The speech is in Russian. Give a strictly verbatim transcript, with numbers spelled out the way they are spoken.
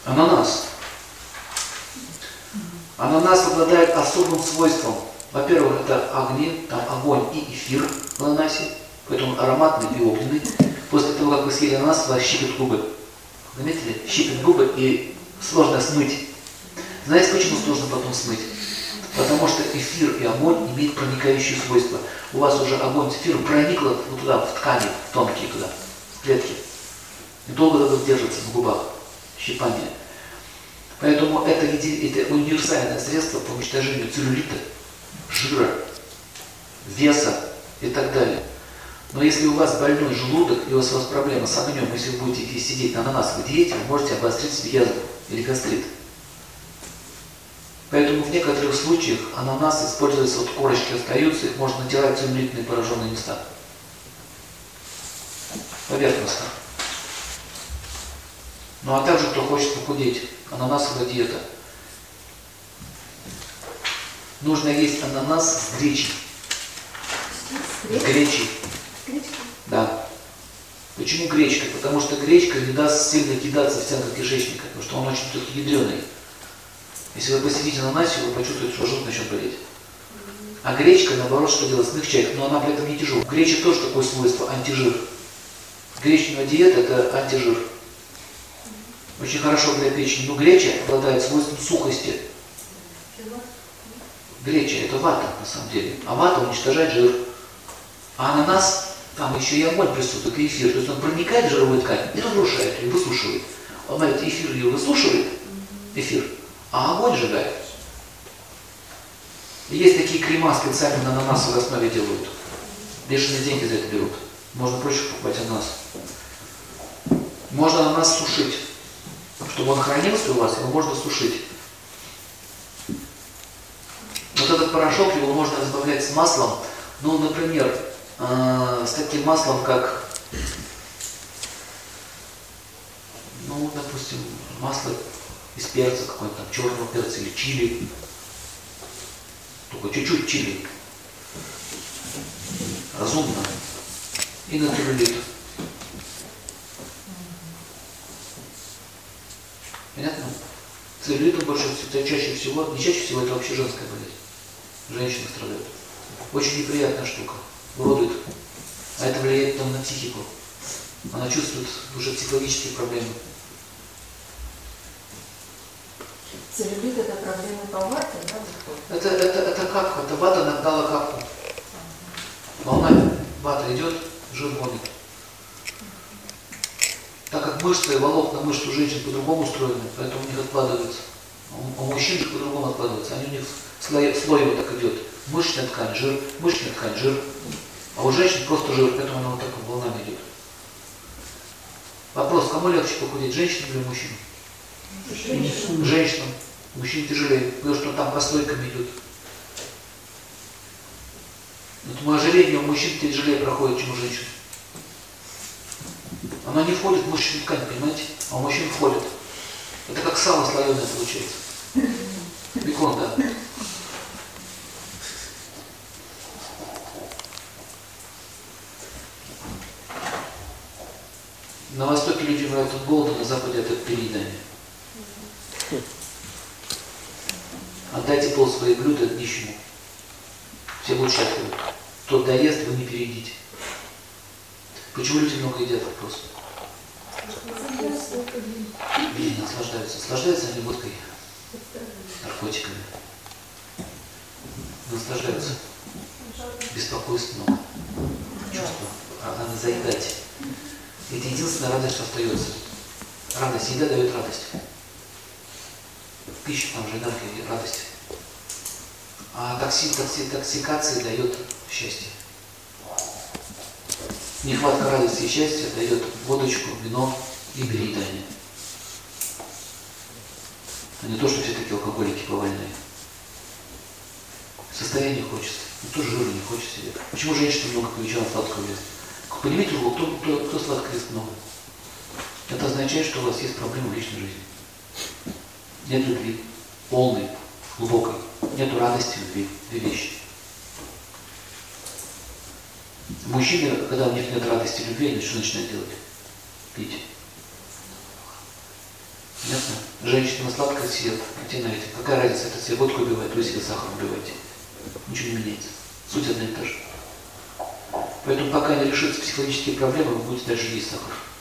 Ананас. Ананас обладает особым свойством. Во-первых, это огни, там огонь и эфир в ананасе, поэтому ароматный и огненный. После того, как вы съели ананас, у вас щипят губы. Заметили? Щипят губы и сложно смыть. Знаете, почему сложно потом смыть? Потому что эфир и огонь имеют проникающие свойства. У вас уже огонь с эфиром проникло вот туда, в ткани, в тонкие туда, в клетки. И долго это держится в губах, щипание. Поэтому это, это универсальное средство по уничтожению целлюлита, жира, веса и так далее. Но если у вас больной желудок и у вас, у вас проблема с огнем, если вы будете сидеть на ананасовой диете, вы можете обострить себе язву или гастрит. Поэтому в некоторых случаях ананас используется, вот корочки остаются, их можно натирать в целлюлитные пораженные места. Поверхностно. Ну а также, кто хочет похудеть, ананасовая диета. Нужно есть ананас с гречей. С гречей. Да. Почему гречка? Потому что гречка не даст сильно кидаться в стенку кишечника, потому что он очень все-таки ядреный. Если вы посидите на ананасе, вы почувствуете, что желудок начнет болеть. А гречка, наоборот, что делает? Смягчает, но она при этом не тяжелая. Греча тоже такое свойство, антижир. Гречневая диета – это антижир. Очень хорошо для печени. Но греча обладает свойством сухости. Греча – это вата, на самом деле. А вата уничтожает жир. А ананас, там еще и огонь присутствует, и эфир. То есть он проникает в жировую ткань и разрушает ее, высушивает. Он, знаете, эфир ее высушивает, эфир, а огонь сжигает. И есть такие крема специально на ананасовой основе делают. Бешеные деньги за это берут. Можно проще покупать ананас. Можно ананас сушить. Чтобы он хранился у вас, его можно сушить. Вот этот порошок, его можно разбавлять с маслом. Ну, например, э, с таким маслом, как, ну, допустим, масло из перца какой-то, там, черного перца или чили. Только чуть-чуть чили. Разумно. И натуралит. Понятно? Целлюлитом больше всего, чаще всего, не чаще всего, это вообще женская болезнь. Женщины страдают. Очень неприятная штука. Уродует. А это влияет там на психику. Она чувствует уже психологические проблемы. Целлюлит – это проблемы по вате, да? Это, это, это капка, это вата нагнала капку. Волна вата идет, жир гонит. Так как мышцы, волокна мышц у женщин по-другому устроены, поэтому у них откладывается. У, у мужчин же по-другому откладывается. Они у них слой, слой вот так идет. Мышечная ткань, жир, мышечная ткань, жир. А у женщин просто жир, поэтому она вот так волнами идет. Вопрос, кому легче похудеть, женщинам или мужчинам? Женщинам. Женщинам. Мужчин тяжелее, потому что там прослойками идет. Поэтому ожирение у мужчин тяжелее проходит, чем у женщин. Она не входит в мышечную ткань, понимаете? А у мужчин входит. Это как сало слоеное получается. Бекон, да. На Востоке люди умирают от голода, на Западе от переедания. Отдайте пол своих блюд нищему. Все будут счастливы. Тот доест, вы не переедите. Почему люди много едят? Вопрос. Люди наслаждаются. Наслаждаются они водкой, наркотиками. Наслаждаются. Беспокойство много. Чувство. А надо заедать. Это единственная радость, что остается. Радость. Еда дает радость. Пища, там же энергия и радость. А токси, токси, токсикация дает счастье. Нехватка радости и счастья дает водочку, вино и переедание. А не то, что все такие алкоголики повальные. Состояние хочется. Ну, тоже жира не хочет себе. Почему женщины много по вечерам сладкого ест? Поднимите руку, кто, кто, кто сладко ест много. Это означает, что у вас есть проблемы в личной жизни. Нет любви, полной, глубокой. Нету радости, любви. Две вещи. Мужчины, когда у них нет радости и любви, они что начинают делать? Пить. Ясно? женщина на сладкое съест, натянаете. Какая разница, это себе водку убивает, вы себе сахар убиваете. Ничего не меняется. Суть одна и та же. Поэтому пока не решится психологические проблемы, вы будете дальше есть сахар.